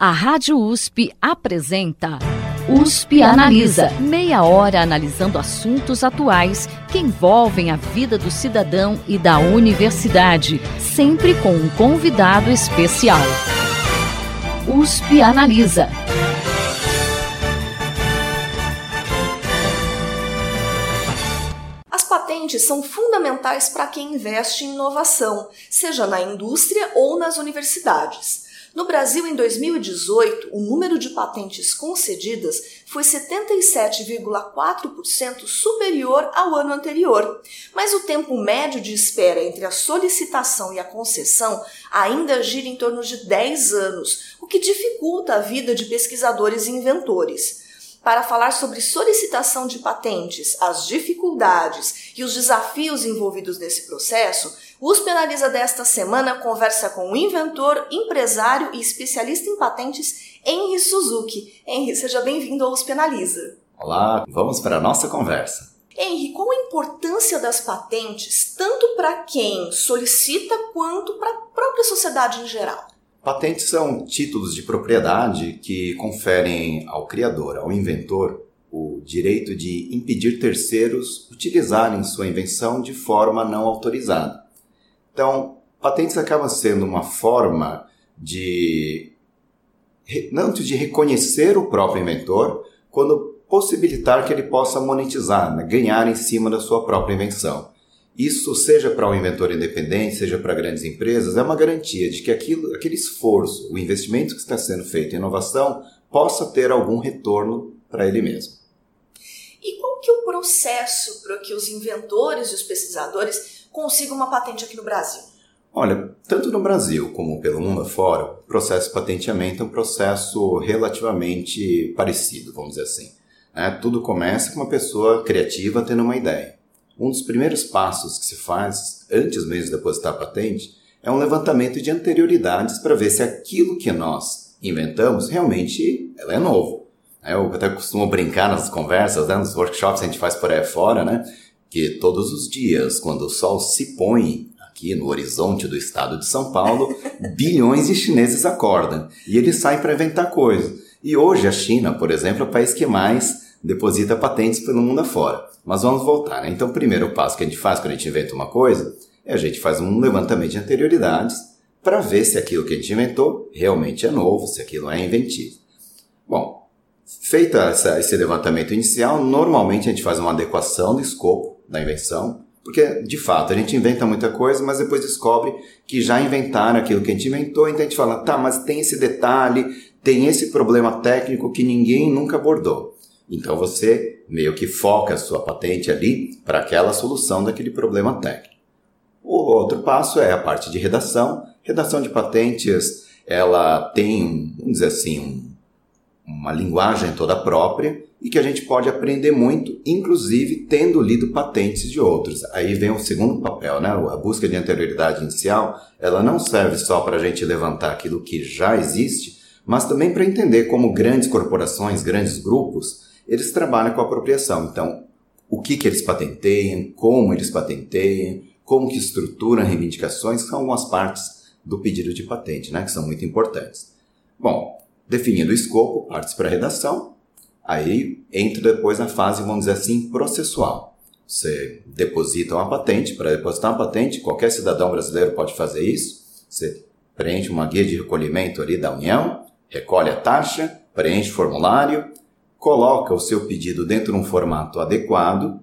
A Rádio USP apresenta USP Analisa. Meia hora analisando assuntos atuais que envolvem a vida do cidadão e da universidade, sempre com um convidado especial. USP Analisa. As patentes são fundamentais para quem investe em inovação, seja na indústria ou nas universidades. No Brasil, em 2018, o número de patentes concedidas foi 77,4% superior ao ano anterior, mas o tempo médio de espera entre a solicitação e a concessão ainda gira em torno de 10 anos, o que dificulta a vida de pesquisadores e inventores. Para falar sobre solicitação de patentes, as dificuldades e os desafios envolvidos nesse processo, o USP Analisa desta semana conversa com o inventor, empresário e especialista em patentes, Henry Suzuki. Henry, seja bem-vindo ao USP Analisa. Olá, vamos para a nossa conversa. Henry, qual a importância das patentes, tanto para quem solicita quanto para a própria sociedade em geral? Patentes são títulos de propriedade que conferem ao criador, ao inventor, o direito de impedir terceiros utilizarem sua invenção de forma não autorizada. Então, patentes acabam sendo uma forma de reconhecer o próprio inventor, quando possibilitar que ele possa monetizar, ganhar em cima da sua própria invenção. Isso, seja para um inventor independente, seja para grandes empresas, é uma garantia de que aquele esforço, o investimento que está sendo feito em inovação, possa ter algum retorno para ele mesmo. E qual que é o processo para que os inventores e os pesquisadores consigam uma patente aqui no Brasil? Olha, tanto no Brasil como pelo mundo afora, o processo de patenteamento é um processo relativamente parecido, vamos dizer assim. Tudo começa com uma pessoa criativa tendo uma ideia. Um dos primeiros passos que se faz, antes mesmo de depositar a patente, é um levantamento de anterioridades para ver se aquilo que nós inventamos realmente ela é novo. Eu até costumo brincar nas conversas, nos workshops que a gente faz por aí fora, que todos os dias, quando o sol se põe aqui no horizonte do estado de São Paulo, bilhões de chineses acordam e eles saem para inventar coisas. E hoje a China, por exemplo, é o país que mais deposita patentes pelo mundo afora. Mas vamos voltar. Então, o primeiro passo que a gente faz quando a gente inventa uma coisa é a gente faz um levantamento de anterioridades para ver se aquilo que a gente inventou realmente é novo, se aquilo é inventivo. Bom, feito esse levantamento inicial, normalmente a gente faz uma adequação do escopo da invenção, porque, de fato, a gente inventa muita coisa, mas depois descobre que já inventaram aquilo que a gente inventou, então a gente fala, mas tem esse detalhe, tem esse problema técnico que ninguém nunca abordou. Então você meio que foca a sua patente ali para aquela solução daquele problema técnico. O outro passo é a parte de redação. Redação de patentes, ela tem, vamos dizer assim, uma linguagem toda própria e que a gente pode aprender muito, inclusive tendo lido patentes de outros. Aí vem o segundo papel, A busca de anterioridade inicial, ela não serve só para a gente levantar aquilo que já existe, mas também para entender como grandes corporações, grandes grupos, eles trabalham com a apropriação. Então, o que eles patenteiam, como eles patenteiam, como que estruturam reivindicações, são algumas partes do pedido de patente, que são muito importantes. Bom, definido o escopo, partes para a redação, aí entra depois na fase, vamos dizer assim, processual. Você deposita uma patente. Para depositar uma patente, qualquer cidadão brasileiro pode fazer isso. Você preenche uma guia de recolhimento ali da União, recolhe a taxa, preenche o formulário, coloca o seu pedido dentro de um formato adequado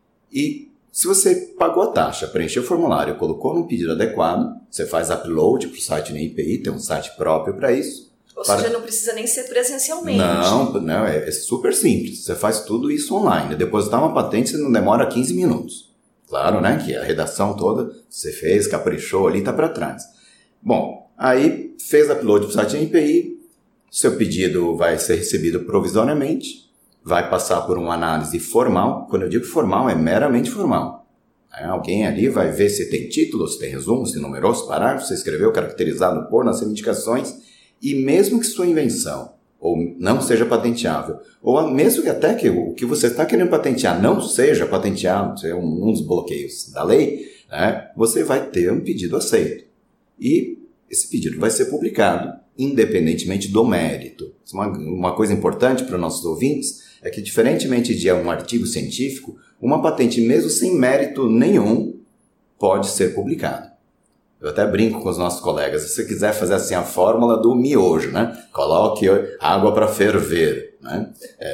e se você pagou a taxa, preencheu o formulário, colocou num pedido adequado, você faz upload para o site no IPI, tem um site próprio para isso. Ou seja, não precisa nem ser presencialmente. Não, é super simples. Você faz tudo isso online. Depositar uma patente você não demora 15 minutos. Claro, que a redação toda você fez, caprichou ali, está para trás. Bom, aí fez upload para o site no IPI, seu pedido vai ser recebido provisoriamente, vai passar por uma análise formal. Quando eu digo formal, é meramente formal. Alguém ali vai ver se tem título, se tem resumo, se numerou, se parágrafo, se escreveu, caracterizado por nas reivindicações, e mesmo que sua invenção ou não seja patenteável, ou mesmo que até que o que você está querendo patentear não seja patenteado, é um dos bloqueios da lei, você vai ter um pedido aceito. E esse pedido vai ser publicado independentemente do mérito. Uma coisa importante para os nossos ouvintes é que, diferentemente de um artigo científico, uma patente, mesmo sem mérito nenhum, pode ser publicada. Eu até brinco com os nossos colegas, se você quiser fazer assim a fórmula do miojo, né? Coloque água para ferver, né?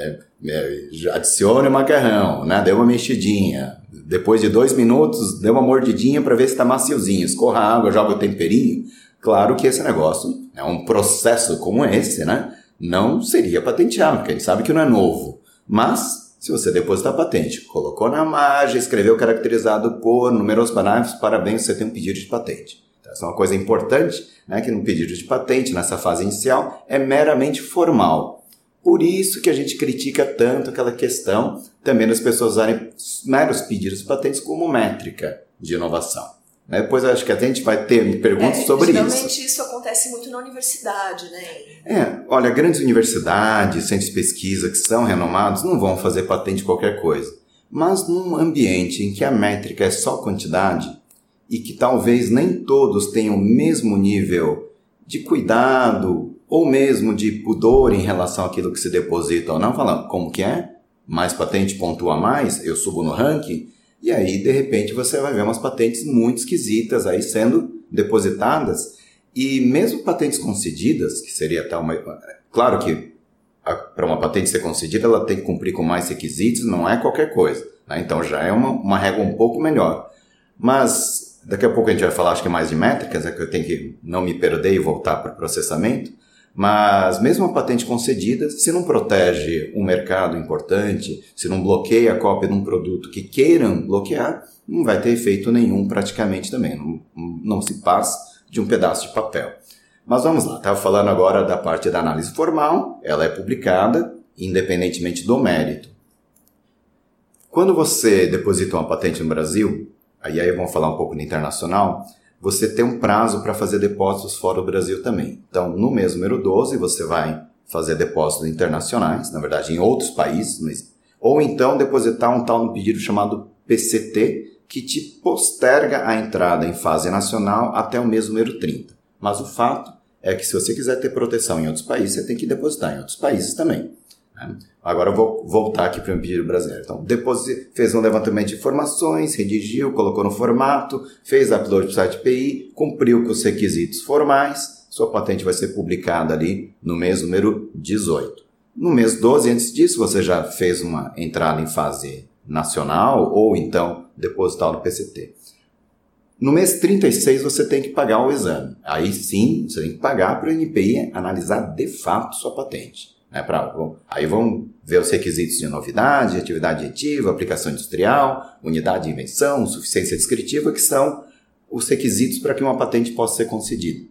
Adicione o macarrão, né? Dê uma mexidinha. Depois de 2 minutos, dê uma mordidinha para ver se está maciozinho. Escorra a água, joga o temperinho. Claro que esse negócio, um processo como esse, né? Não seria patenteável, porque a gente sabe que não é novo. Mas, se você depositar a patente, colocou na margem, escreveu caracterizado por numerosos parágrafos, parabéns, você tem um pedido de patente. Então, essa é uma coisa importante, né, que no pedido de patente, nessa fase inicial, é meramente formal. Por isso que a gente critica tanto aquela questão também das pessoas usarem meros pedidos de patentes como métrica de inovação. Depois acho que até a gente vai ter perguntas sobre isso. Geralmente isso acontece muito na universidade, né? Olha, grandes universidades, centros de pesquisa que são renomados não vão fazer patente de qualquer coisa. Mas num ambiente em que a métrica é só quantidade e que talvez nem todos tenham o mesmo nível de cuidado ou mesmo de pudor em relação àquilo que se deposita ou não, falando como que é, mais patente pontua mais, eu subo no ranking. E aí, de repente, você vai ver umas patentes muito esquisitas aí sendo depositadas. E mesmo patentes concedidas, que seria até uma... Claro que para uma patente ser concedida, ela tem que cumprir com mais requisitos, não é qualquer coisa. Né? Então já é uma régua um pouco melhor. Mas daqui a pouco a gente vai falar, acho que mais de métricas, que eu tenho que não me perder e voltar para o processamento. Mas mesmo a patente concedida, se não protege um mercado importante, se não bloqueia a cópia de um produto que queiram bloquear, não vai ter efeito nenhum praticamente também. Não se passa de um pedaço de papel. Mas vamos lá, estava falando agora da parte da análise formal, ela é publicada independentemente do mérito. Quando você deposita uma patente no Brasil, aí vamos falar um pouco no internacional, você tem um prazo para fazer depósitos fora do Brasil também. Então, no mês número 12, você vai fazer depósitos internacionais, na verdade em outros países, ou então depositar um tal no pedido chamado PCT, que te posterga a entrada em fase nacional até o mês número 30. Mas o fato é que se você quiser ter proteção em outros países, você tem que depositar em outros países também. Né? Agora eu vou voltar aqui para o pedido brasileiro. Então, fez um levantamento de informações, redigiu, colocou no formato, fez upload para o site PI, cumpriu com os requisitos formais, sua patente vai ser publicada ali no mês número 18. No mês 12, antes disso, você já fez uma entrada em fase nacional ou então deposital no PCT. No mês 36, você tem que pagar o exame. Aí sim, você tem que pagar para o NPI analisar de fato sua patente. Aí vão ver os requisitos de novidade, atividade ativa, aplicação industrial, unidade de invenção, suficiência descritiva, que são os requisitos para que uma patente possa ser concedida.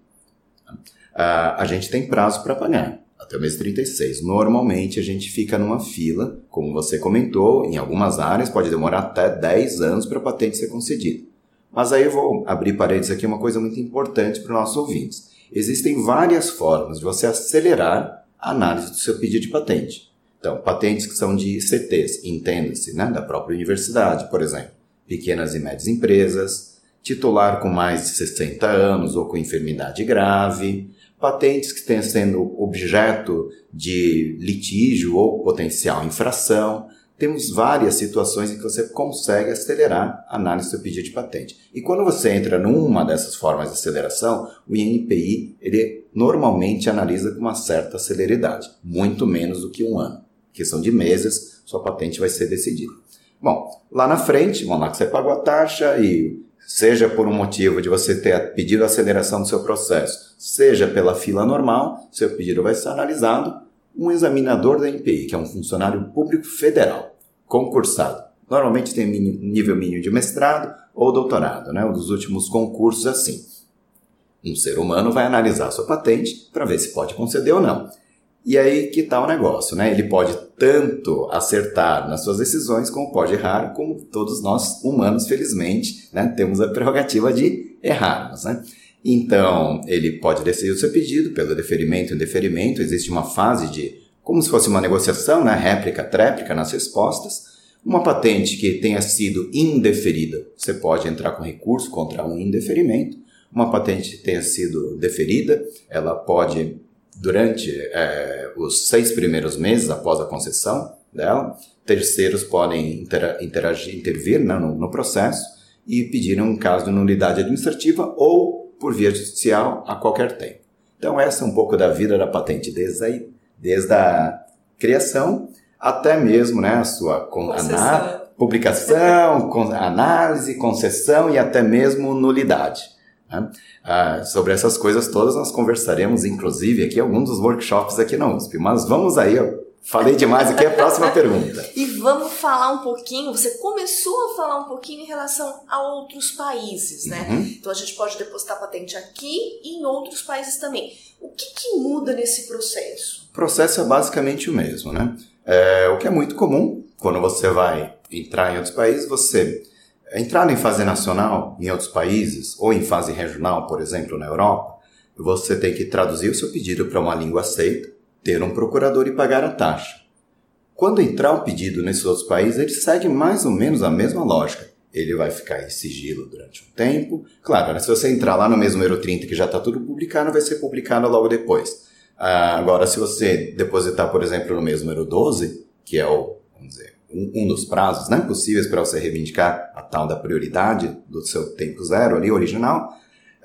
A gente tem prazo para pagar, até o mês 36. Normalmente a gente fica numa fila, como você comentou, em algumas áreas pode demorar até 10 anos para a patente ser concedida. Mas aí eu vou abrir parênteses aqui, uma coisa muito importante para os nossos ouvintes. Existem várias formas de você acelerar a análise do seu pedido de patente. Então, patentes que são de CTs, entenda-se, né, da própria universidade, por exemplo, pequenas e médias empresas, titular com mais de 60 anos ou com enfermidade grave, patentes que tenham sendo objeto de litígio ou potencial infração. Temos várias situações em que você consegue acelerar a análise do seu pedido de patente. E quando você entra numa dessas formas de aceleração, o INPI, ele normalmente analisa com uma certa celeridade, muito menos do que 1 ano. Em questão de meses, sua patente vai ser decidida. Bom, lá na frente, vamos lá que você pagou a taxa e seja por um motivo de você ter pedido a aceleração do seu processo, seja pela fila normal, seu pedido vai ser analisado. Um examinador da INPI, que é um funcionário público federal, concursado. Normalmente tem nível mínimo de mestrado ou doutorado, né? Um dos últimos concursos assim. Um ser humano vai analisar a sua patente para ver se pode conceder ou não. E aí que está o negócio, né? Ele pode tanto acertar nas suas decisões, como pode errar, como todos nós humanos, felizmente, né? Temos a prerrogativa de errarmos, né? Então, ele pode decidir o seu pedido pelo deferimento e indeferimento. Existe uma fase de, como se fosse uma negociação, né? Réplica, tréplica nas respostas. Uma patente que tenha sido indeferida, você pode entrar com recurso contra um indeferimento. Uma patente que tenha sido deferida, ela pode durante os 6 primeiros meses após a concessão dela, terceiros podem intervir, né, no processo e pedir um caso de nulidade administrativa ou por via judicial a qualquer tempo. Então essa é um pouco da vida da patente, desde a criação até mesmo, né, a sua publicação, análise, concessão e até mesmo nulidade. Né? Sobre essas coisas todas nós conversaremos, inclusive, aqui em alguns dos workshops aqui na USP. Mas vamos aí, eu falei demais aqui, a próxima pergunta. E vamos falar um pouquinho, você começou a falar um pouquinho em relação a outros países, né? Então a gente pode depositar patente aqui e em outros países também. O que muda nesse processo? O processo é basicamente o mesmo, né? O que é muito comum, quando você vai entrar em outros países, você entrar em fase nacional em outros países, ou em fase regional, por exemplo, na Europa, você tem que traduzir o seu pedido para uma língua aceita, ter um procurador e pagar a taxa. Quando entrar o pedido nesses outros países, ele segue mais ou menos a mesma lógica. Ele vai ficar em sigilo durante um tempo. Claro, se você entrar lá no mês número 30, que já está tudo publicado, vai ser publicado logo depois. Agora, se você depositar, por exemplo, no mês número 12, que é vamos dizer, um dos prazos, né, possíveis para você reivindicar a tal da prioridade do seu tempo zero ali, original,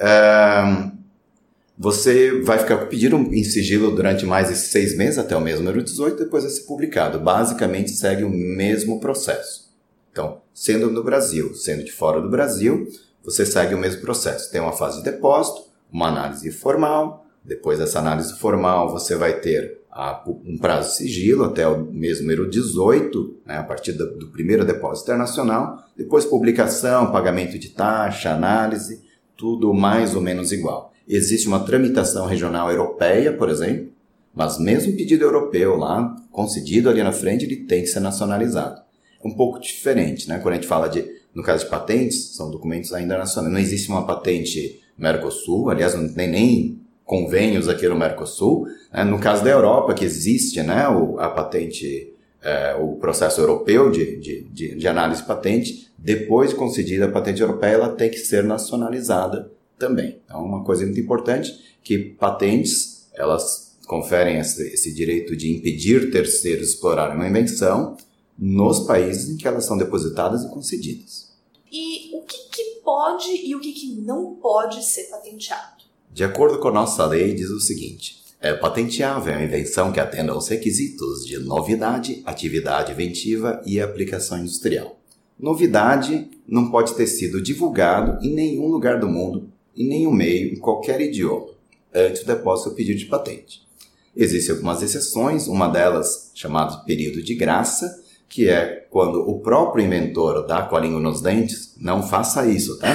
você vai ficar com o pedido em sigilo durante mais esses 6 meses, até o mês número 18, depois vai ser publicado. Basicamente, segue o mesmo processo. Então, sendo no Brasil, sendo de fora do Brasil, você segue o mesmo processo. Tem uma fase de depósito, uma análise formal. Depois dessa análise formal, você vai ter um prazo de sigilo até o mês número 18, né, a partir do primeiro depósito internacional. Depois publicação, pagamento de taxa, análise, tudo mais ou menos igual. Existe uma tramitação regional europeia, por exemplo, mas mesmo pedido europeu lá, concedido ali na frente, ele tem que ser nacionalizado. É um pouco diferente, né? Quando a gente fala no caso de patentes, são documentos ainda nacionais. Não existe uma patente Mercosul, aliás, não tem nem convênios aqui no Mercosul. Né? No caso da Europa, que existe, né, a patente, o processo europeu de análise de patente, depois de concedida a patente europeia, ela tem que ser nacionalizada também. Então, uma coisa muito importante, que patentes, elas conferem esse direito de impedir terceiros explorarem uma invenção nos países em que elas são depositadas e concedidas. E o que pode e o que não pode ser patenteado? De acordo com a nossa lei, diz o seguinte: é patenteável a invenção que atenda aos requisitos de novidade, atividade inventiva e aplicação industrial. Novidade não pode ter sido divulgado em nenhum lugar do mundo, em nenhum meio, em qualquer idioma, antes do depósito do pedido de patente. Existem algumas exceções, uma delas chamada período de graça, que é quando o próprio inventor dá com a língua nos dentes. Não faça isso, tá?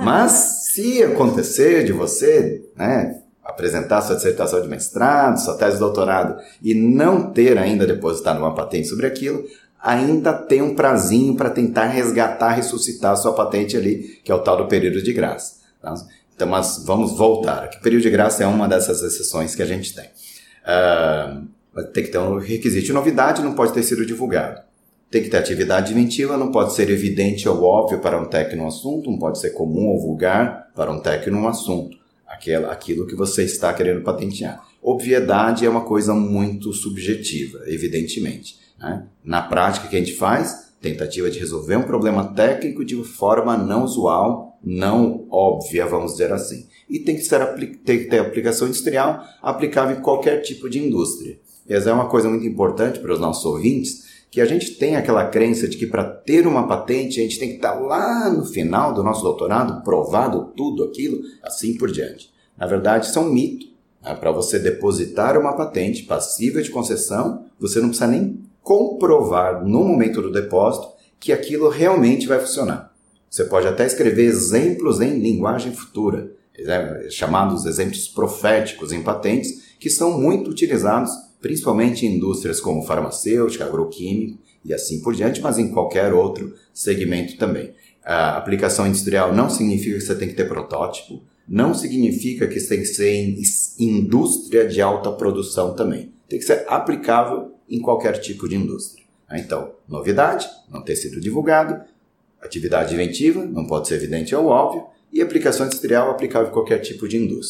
Mas se acontecer de você, né, apresentar sua dissertação de mestrado, sua tese de doutorado e não ter ainda depositado uma patente sobre aquilo, ainda tem um prazinho para tentar resgatar, ressuscitar a sua patente ali, que é o tal do período de graça. Tá? Então, mas vamos voltar. O período de graça é uma dessas exceções que a gente tem. Tem que ter um requisito de novidade, não pode ter sido divulgado. Tem que ter atividade inventiva, não pode ser evidente ou óbvio para um técnico no assunto, não pode ser comum ou vulgar para um técnico no assunto. Aquilo que você está querendo patentear. Obviedade é uma coisa muito subjetiva, evidentemente. Né? Na prática, o que a gente faz? Tentativa de resolver um problema técnico de forma não usual, não óbvia, vamos dizer assim. E tem que ter aplicação industrial aplicável em qualquer tipo de indústria. E essa é uma coisa muito importante para os nossos ouvintes, que a gente tem aquela crença de que para ter uma patente a gente tem que estar lá no final do nosso doutorado, provado tudo aquilo, assim por diante. Na verdade, isso é um mito. Para você depositar uma patente passível de concessão, você não precisa nem comprovar no momento do depósito que aquilo realmente vai funcionar. Você pode até escrever exemplos em linguagem futura, chamados exemplos proféticos em patentes, que são muito utilizados principalmente em indústrias como farmacêutica, agroquímico e assim por diante, mas em qualquer outro segmento também. A aplicação industrial não significa que você tem que ter protótipo, não significa que você tem que ser em indústria de alta produção também. Tem que ser aplicável em qualquer tipo de indústria. Então, novidade, não ter sido divulgado, atividade inventiva, não pode ser evidente ou óbvio, e aplicação industrial aplicável em qualquer tipo de indústria.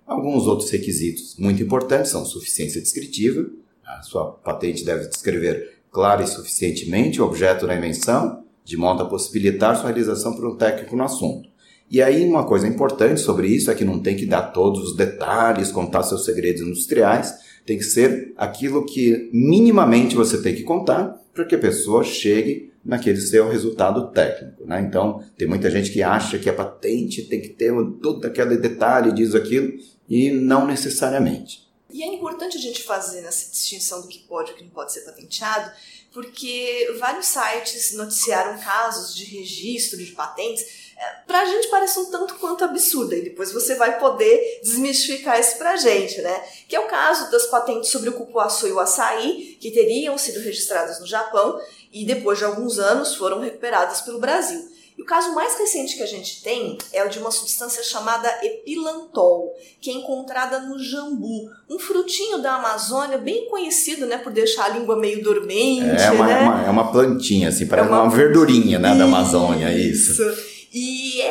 Alguns outros requisitos muito importantes são suficiência descritiva. A sua patente deve descrever clara e suficientemente o objeto da invenção, de modo a possibilitar sua realização por um técnico no assunto. E aí uma coisa importante sobre isso é que não tem que dar todos os detalhes, contar seus segredos industriais, tem que ser aquilo que minimamente você tem que contar para que a pessoa chegue naquele seu resultado técnico, né? Então, tem muita gente que acha que a patente tem que ter todo aquele detalhe, diz aquilo, e não necessariamente. E é importante a gente fazer essa distinção do que pode e o que não pode ser patenteado, porque vários sites noticiaram casos de registro de patentes. Pra gente parece um tanto quanto absurdo, e depois você vai poder desmistificar isso pra gente, né? Que é o caso das patentes sobre o cupuaçu e o açaí, que teriam sido registradas no Japão e depois de alguns anos foram recuperadas pelo Brasil. E o caso mais recente que a gente tem é o de uma substância chamada epilantol, que é encontrada no jambu, um frutinho da Amazônia bem conhecido, né, por deixar a língua meio dormente. É uma plantinha, assim, parece uma verdurinha, né, da Amazônia, isso. E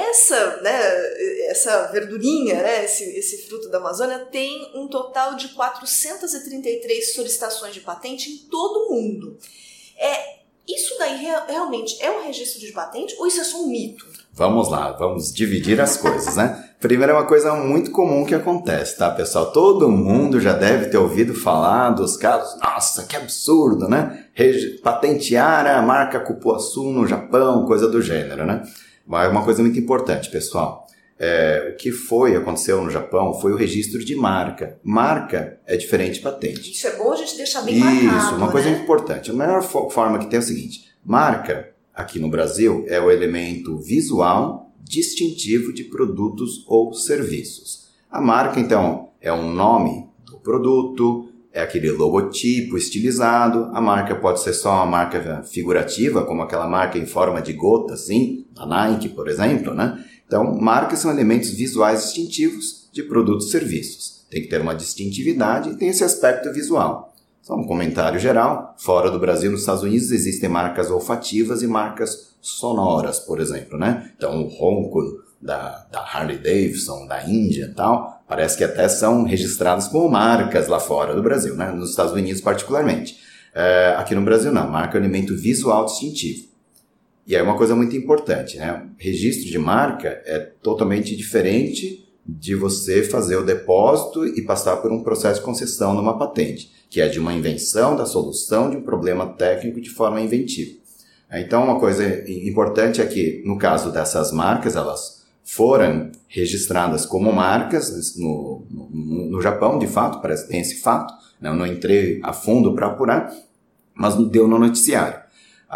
essa verdurinha, né, esse fruto da Amazônia, tem um total de 433 solicitações de patente em todo o mundo. Isso daí realmente é um registro de patente ou isso é só um mito? Vamos lá, vamos dividir as coisas, né? Primeiro é uma coisa muito comum que acontece, tá, pessoal? Todo mundo já deve ter ouvido falar dos casos, nossa, que absurdo, né? Patentear a marca cupuaçu no Japão, coisa do gênero, né? Mas uma coisa muito importante, pessoal. O que aconteceu no Japão foi o registro de marca. Marca é diferente de patente. Isso é bom a gente deixar bem marcado. Isso, uma coisa importante. A melhor forma que tem é o seguinte: marca, aqui no Brasil, é o elemento visual distintivo de produtos ou serviços. A marca, então, é um nome do produto, é aquele logotipo estilizado. A marca pode ser só uma marca figurativa, como aquela marca em forma de gota, assim, da Nike, por exemplo, né? Então, marcas são elementos visuais distintivos de produtos e serviços. Tem que ter uma distintividade e tem esse aspecto visual. Só um comentário geral. Fora do Brasil, nos Estados Unidos, existem marcas olfativas e marcas sonoras, por exemplo, né? Então, o ronco da Harley Davidson, da Índia e tal, parece que até são registradas como marcas lá fora do Brasil, né? Nos Estados Unidos particularmente. Aqui no Brasil não, marca é um elemento visual distintivo. E é uma coisa muito importante, né? Registro de marca é totalmente diferente de você fazer o depósito e passar por um processo de concessão numa patente, que é de uma invenção, da solução de um problema técnico de forma inventiva. Então, uma coisa importante é que, no caso dessas marcas, elas foram registradas como marcas no Japão, de fato, parece que tem esse fato, né? Eu não entrei a fundo para apurar, mas deu no noticiário.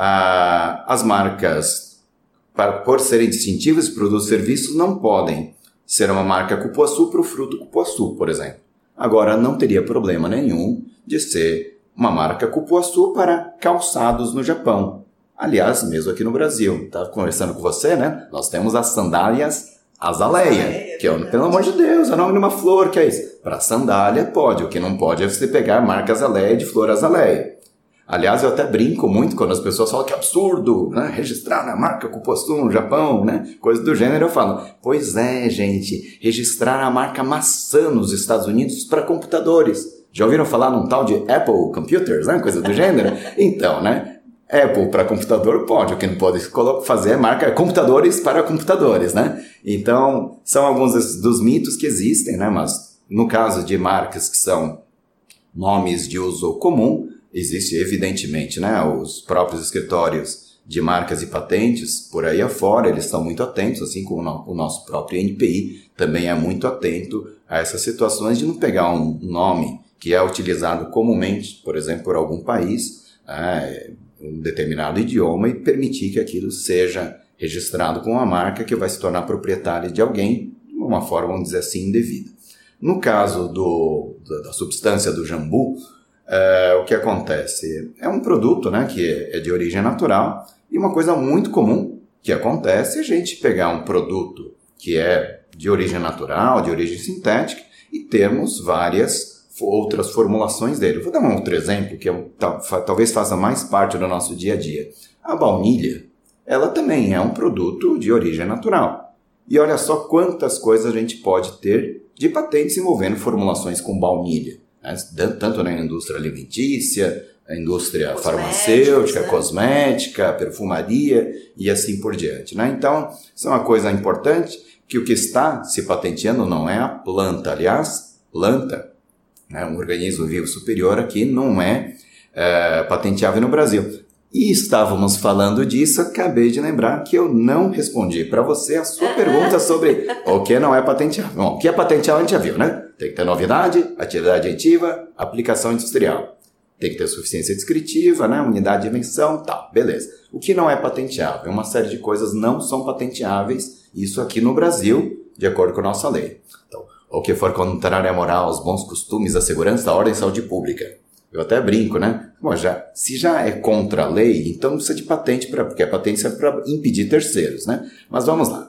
As marcas, por serem distintivas de produtos e serviços, não podem ser uma marca cupuaçu para o fruto cupuaçu, por exemplo. Agora, não teria problema nenhum de ser uma marca cupuaçu para calçados no Japão. Aliás, mesmo aqui no Brasil. Estava conversando com você, né? Nós temos as sandálias azaleia, que pelo amor de Deus, é o nome de uma flor, que é isso. Para sandália pode, o que não pode é você pegar marca azaleia de flor azaleia. Aliás, eu até brinco muito quando as pessoas falam que é absurdo, né? Registrar na marca cupuaçu no Japão, né? Coisa do gênero, eu falo, pois é, gente, registrar a marca maçã nos Estados Unidos para computadores. Já ouviram falar num tal de Apple Computers, né? Coisa do gênero? Então, né? Apple para computador pode, o que não pode fazer é marca computadores para computadores, né? Então, são alguns dos mitos que existem, né? Mas no caso de marcas que são nomes de uso comum, existe evidentemente, né? Os próprios escritórios de marcas e patentes, por aí afora, eles estão muito atentos, assim como o nosso próprio NPI também é muito atento a essas situações de não pegar um nome que é utilizado comumente, por exemplo, por algum país, um determinado idioma e permitir que aquilo seja registrado com uma marca que vai se tornar proprietária de alguém de uma forma, vamos dizer assim, indevida. No caso da substância do jambu, o que acontece? É um produto, né, que é de origem natural e uma coisa muito comum que acontece é a gente pegar um produto que é de origem natural, de origem sintética e termos várias outras formulações dele. Vou dar um outro exemplo que talvez faça mais parte do nosso dia a dia. A baunilha, ela também é um produto de origem natural. E olha só quantas coisas a gente pode ter de patentes envolvendo formulações com baunilha, né? Tanto na indústria alimentícia, a indústria farmacêutica, cosmética, perfumaria e assim por diante, né? Então, isso é uma coisa importante, que o que está se patenteando não é a planta. Aliás, planta, né, um organismo vivo superior aqui, não é patenteável no Brasil. E estávamos falando disso, acabei de lembrar que eu não respondi para você a sua pergunta sobre o que não é patenteável. Bom, o que é patenteável a gente já viu, né? Tem que ter novidade, atividade ativa, aplicação industrial. Tem que ter suficiência descritiva, né? Unidade de invenção, tal, beleza. O que não é patenteável? Uma série de coisas não são patenteáveis, isso aqui no Brasil, de acordo com a nossa lei. Então, o que for contrário à moral, aos bons costumes, à segurança, à ordem e saúde pública. Eu até brinco, né? Bom, se já é contra a lei, então não precisa de patente, porque a patente serve para impedir terceiros, né? Mas vamos lá.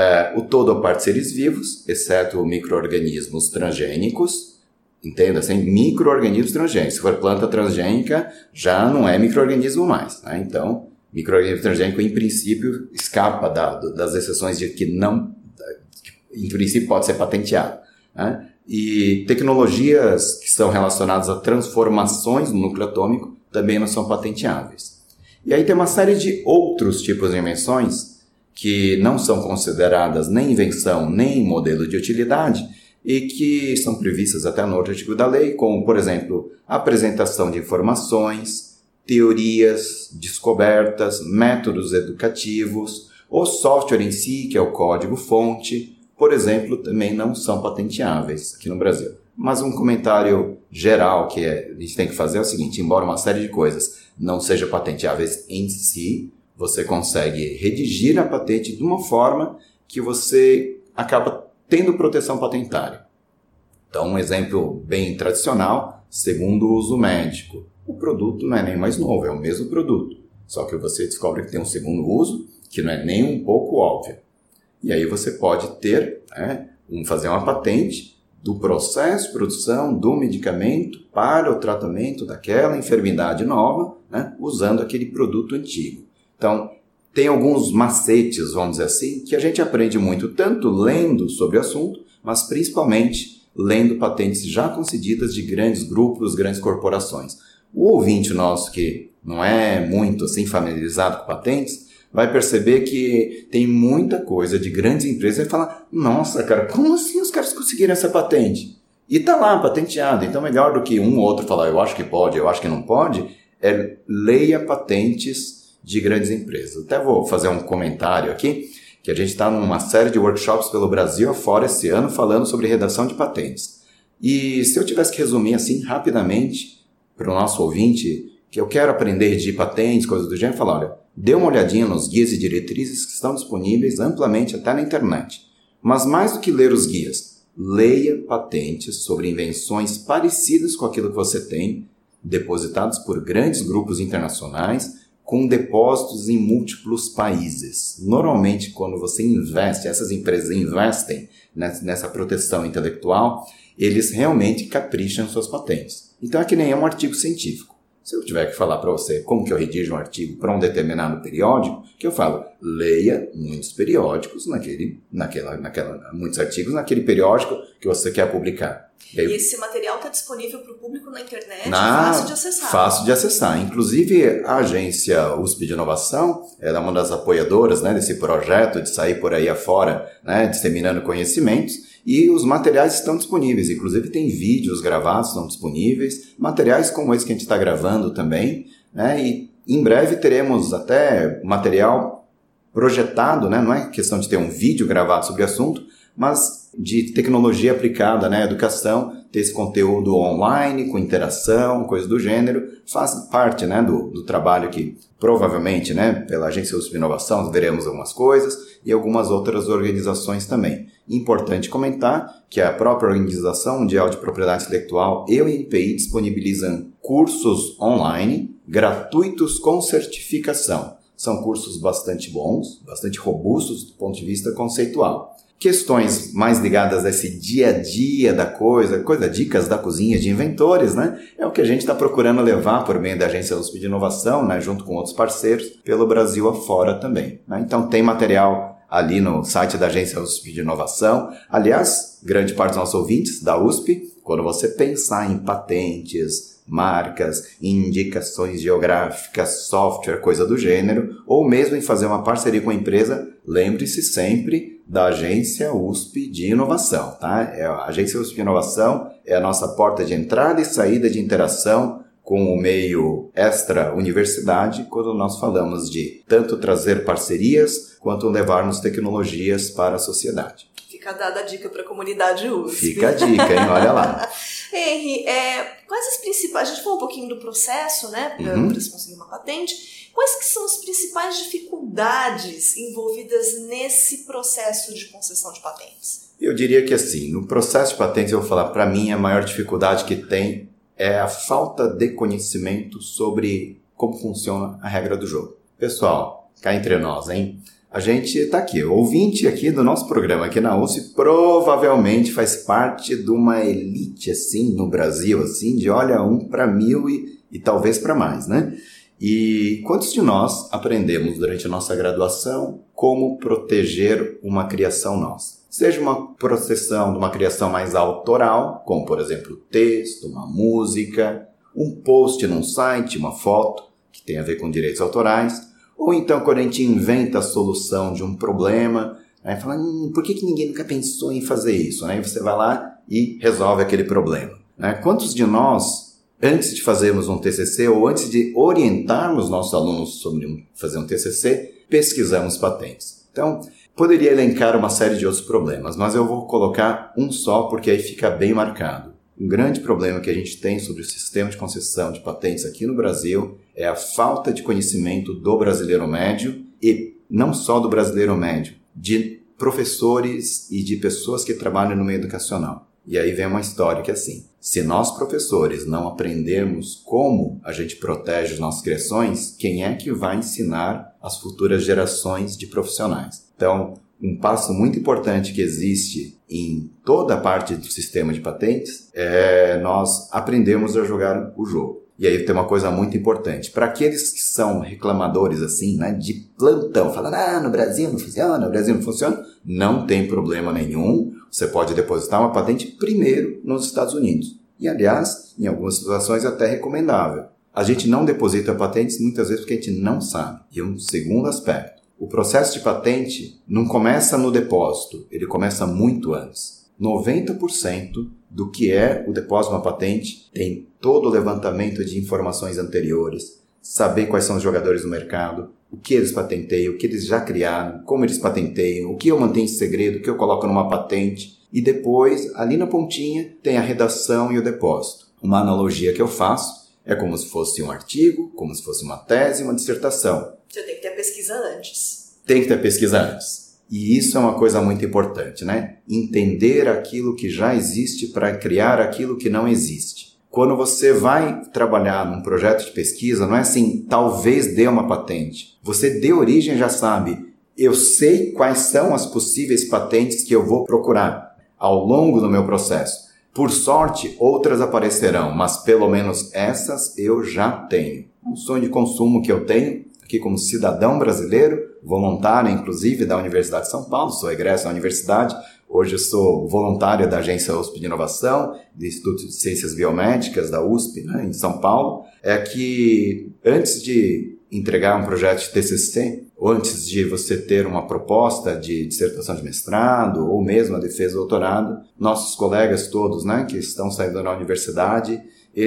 O todo ou parte de seres vivos, exceto micro-organismos transgênicos, entenda, assim, micro-organismos transgênicos. Se for planta transgênica, já não é micro-organismo mais, né? Então, micro-organismo transgênico, em princípio, escapa das exceções de que não, que, em princípio, pode ser patenteado, né? E tecnologias que são relacionadas a transformações no núcleo atômico também não são patenteáveis. E aí tem uma série de outros tipos de invenções que não são consideradas nem invenção nem modelo de utilidade e que são previstas até no outro artigo da lei, como, por exemplo, apresentação de informações, teorias, descobertas, métodos educativos, o software em si, que é o código-fonte, por exemplo, também não são patenteáveis aqui no Brasil. Mas um comentário geral que a gente tem que fazer é o seguinte: embora uma série de coisas não sejam patenteáveis em si, você consegue redigir a patente de uma forma que você acaba tendo proteção patentária. Então, um exemplo bem tradicional, segundo uso médico. O produto não é nem mais novo, é o mesmo produto. Só que você descobre que tem um segundo uso que não é nem um pouco óbvio. E aí você pode ter, fazer uma patente do processo de produção do medicamento para o tratamento daquela enfermidade nova, né, usando aquele produto antigo. Então, tem alguns macetes, vamos dizer assim, que a gente aprende muito, tanto lendo sobre o assunto, mas principalmente lendo patentes já concedidas de grandes grupos, grandes corporações. O ouvinte nosso que não é muito assim familiarizado com patentes, vai perceber que tem muita coisa de grandes empresas e vai falar: nossa, cara, como assim os caras conseguiram essa patente? E tá lá, patenteado. Então, melhor do que um ou outro falar eu acho que pode, eu acho que não pode, leia patentes de grandes empresas. Até vou fazer um comentário aqui, que a gente está numa série de workshops pelo Brasil afora esse ano falando sobre redação de patentes. E se eu tivesse que resumir assim rapidamente para o nosso ouvinte, que eu quero aprender de patentes, coisas do gênero, falar: olha, dê uma olhadinha nos guias e diretrizes que estão disponíveis amplamente até na internet. Mas mais do que ler os guias, leia patentes sobre invenções parecidas com aquilo que você tem, depositadas por grandes grupos internacionais, com depósitos em múltiplos países. Normalmente, quando você investe, essas empresas investem nessa proteção intelectual, eles realmente capricham suas patentes. Então é que nem um artigo científico. Se eu tiver que falar para você como que eu redijo um artigo para um determinado periódico, que eu falo, leia muitos periódicos muitos artigos naquele periódico que você quer publicar. E esse material está disponível para o público na internet, fácil de acessar. Fácil de acessar. Inclusive, a agência USP de Inovação é uma das apoiadoras, né, desse projeto de sair por aí afora, né, disseminando conhecimentos. E os materiais estão disponíveis, inclusive tem vídeos gravados, estão disponíveis, materiais como esse que a gente está gravando também, né? E em breve teremos até material projetado, né? Não é questão de ter um vídeo gravado sobre o assunto, mas de tecnologia aplicada, né? Educação, ter esse conteúdo online, com interação, coisas do gênero, faz parte, né, do trabalho que provavelmente, né, pela Agência USP de Inovação veremos algumas coisas e algumas outras organizações também. Importante comentar que a própria Organização Mundial de Propriedade Intelectual e o INPI disponibilizam cursos online gratuitos com certificação. São cursos bastante bons, bastante robustos do ponto de vista conceitual. Questões mais ligadas a esse dia a dia da coisa, dicas da cozinha de inventores, né? É o que a gente está procurando levar por meio da Agência USP de Inovação, né? Junto com outros parceiros, pelo Brasil afora também, né? Então tem material ali no site da Agência USP de Inovação. Aliás, grande parte dos nossos ouvintes da USP, quando você pensar em patentes, marcas, indicações geográficas, software, coisa do gênero, ou mesmo em fazer uma parceria com a empresa, lembre-se sempre da Agência USP de Inovação, tá? A Agência USP de Inovação é a nossa porta de entrada e saída de interação com o meio extra-universidade, quando nós falamos de tanto trazer parcerias, quanto levarmos tecnologias para a sociedade. Fica dada a dica para a comunidade USP. Fica a dica, hein? Olha lá. Henry, quais as principais... A gente falou um pouquinho do processo, né, para se conseguir uma patente. Quais que são as principais dificuldades envolvidas nesse processo de concessão de patentes? Eu diria que assim, no processo de patentes, eu vou falar, para mim, a maior dificuldade que tem é a falta de conhecimento sobre como funciona a regra do jogo. Pessoal, cá entre nós, hein? A gente está aqui, o ouvinte aqui do nosso programa aqui na USP provavelmente faz parte de uma elite assim no Brasil, assim, de olha 1 para 1000 e talvez para mais, né? E quantos de nós aprendemos durante a nossa graduação como proteger uma criação nossa? Seja uma proteção de uma criação mais autoral, como por exemplo texto, uma música, um post num site, uma foto que tem a ver com direitos autorais, ou então quando a gente inventa a solução de um problema, né, fala, por que ninguém nunca pensou em fazer isso? Aí você vai lá e resolve aquele problema. Né? Quantos de nós, antes de fazermos um TCC ou antes de orientarmos nossos alunos sobre fazer um TCC, pesquisamos patentes? Então, poderia elencar uma série de outros problemas, mas eu vou colocar um só porque aí fica bem marcado. Um grande problema que a gente tem sobre o sistema de concessão de patentes aqui no Brasil é a falta de conhecimento do brasileiro médio e não só do brasileiro médio, de professores e de pessoas que trabalham no meio educacional. E aí vem uma história que é assim, se nós professores não aprendermos como a gente protege as nossas criações, quem é que vai ensinar as futuras gerações de profissionais? Então, um passo muito importante que existe em toda a parte do sistema de patentes é nós aprendermos a jogar o jogo. E aí tem uma coisa muito importante. Para aqueles que são reclamadores assim, né, de plantão, falando, no Brasil não funciona, no Brasil não funciona, não tem problema nenhum. Você pode depositar uma patente primeiro nos Estados Unidos. E, aliás, em algumas situações é até recomendável. A gente não deposita patentes muitas vezes porque a gente não sabe. E um segundo aspecto. O processo de patente não começa no depósito, ele começa muito antes. 90% do que é o depósito de uma patente tem todo o levantamento de informações anteriores, saber quais são os jogadores do mercado, o que eles patenteiam, o que eles já criaram, como eles patenteiam, o que eu mantenho em segredo, o que eu coloco numa patente. E depois, ali na pontinha, tem a redação e o depósito. Uma analogia que eu faço é como se fosse um artigo, como se fosse uma tese, uma dissertação. Você tem que ter a pesquisa antes. Tem que ter pesquisa antes. E isso é uma coisa muito importante, né? Entender aquilo que já existe para criar aquilo que não existe. Quando você vai trabalhar num projeto de pesquisa, não é assim, talvez dê uma patente. Você de origem já sabe, eu sei quais são as possíveis patentes que eu vou procurar ao longo do meu processo. Por sorte, outras aparecerão, mas pelo menos essas eu já tenho. Um sonho de consumo que eu tenho, aqui como cidadão brasileiro, voluntário inclusive da Universidade de São Paulo, sou egresso da universidade, hoje eu sou voluntário da Agência USP de Inovação, do Instituto de Ciências Biomédicas da USP, né, em São Paulo, é que antes de entregar um projeto de TCC, ou antes de você ter uma proposta de dissertação de mestrado, ou mesmo a defesa do doutorado, nossos colegas todos, né, que estão saindo da universidade,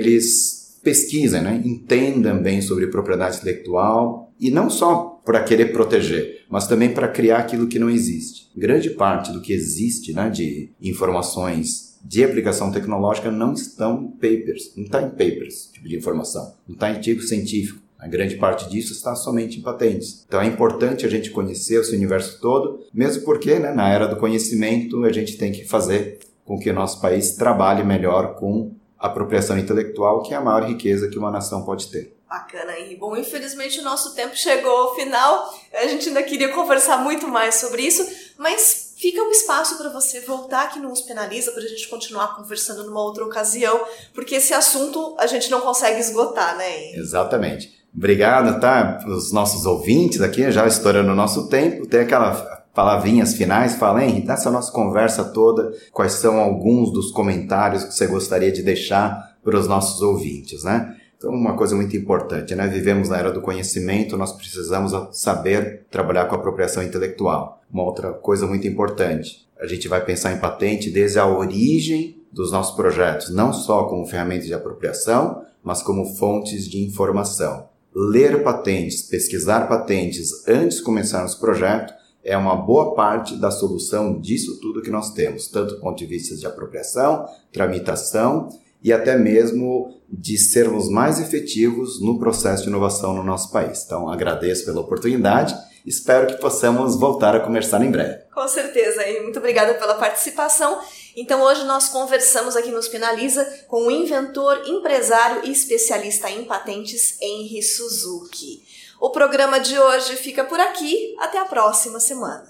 eles pesquisem, né, entendam bem sobre propriedade intelectual, e não só para querer proteger, mas também para criar aquilo que não existe. Grande parte do que existe, né, de informações de aplicação tecnológica não estão em papers, não está em papers, tipo de informação, não está em artigo científico. A grande parte disso está somente em patentes. Então é importante a gente conhecer esse universo todo, mesmo porque, né, na era do conhecimento a gente tem que fazer com que o nosso país trabalhe melhor com a apropriação intelectual, que é a maior riqueza que uma nação pode ter. Bacana, Henry. Bom, infelizmente o nosso tempo chegou ao final. A gente ainda queria conversar muito mais sobre isso, mas fica um espaço para você voltar aqui no USP Analisa para a gente continuar conversando numa outra ocasião, porque esse assunto a gente não consegue esgotar, né, Henry? Exatamente. Obrigado, tá? Os nossos ouvintes aqui, já estourando o nosso tempo. Tem aquela palavrinhas finais. Fala, Henry, dessa nossa conversa toda, quais são alguns dos comentários que você gostaria de deixar para os nossos ouvintes, né? Então, uma coisa muito importante, né? Vivemos na era do conhecimento, nós precisamos saber trabalhar com a apropriação intelectual. Uma outra coisa muito importante, a gente vai pensar em patente desde a origem dos nossos projetos, não só como ferramentas de apropriação, mas como fontes de informação. Ler patentes, pesquisar patentes antes de começarmos o projeto é uma boa parte da solução disso tudo que nós temos, tanto do ponto de vista de apropriação, tramitação e até mesmo de sermos mais efetivos no processo de inovação no nosso país. Então, agradeço pela oportunidade, espero que possamos voltar a conversar em breve. Com certeza, e muito obrigada pela participação. Então, hoje nós conversamos aqui no Spinaliza com o inventor, empresário e especialista em patentes, Henry Suzuki. O programa de hoje fica por aqui, até a próxima semana.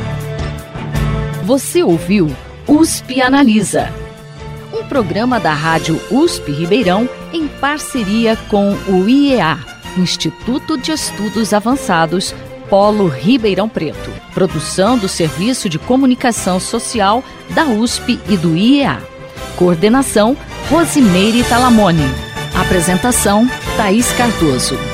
Você ouviu USP Analisa, um programa da Rádio USP Ribeirão em parceria com o IEA, Instituto de Estudos Avançados, Polo Ribeirão Preto. Produção do Serviço de Comunicação Social da USP e do IEA. Coordenação, Rosimeire Talamone. Apresentação, Thaís Cardoso.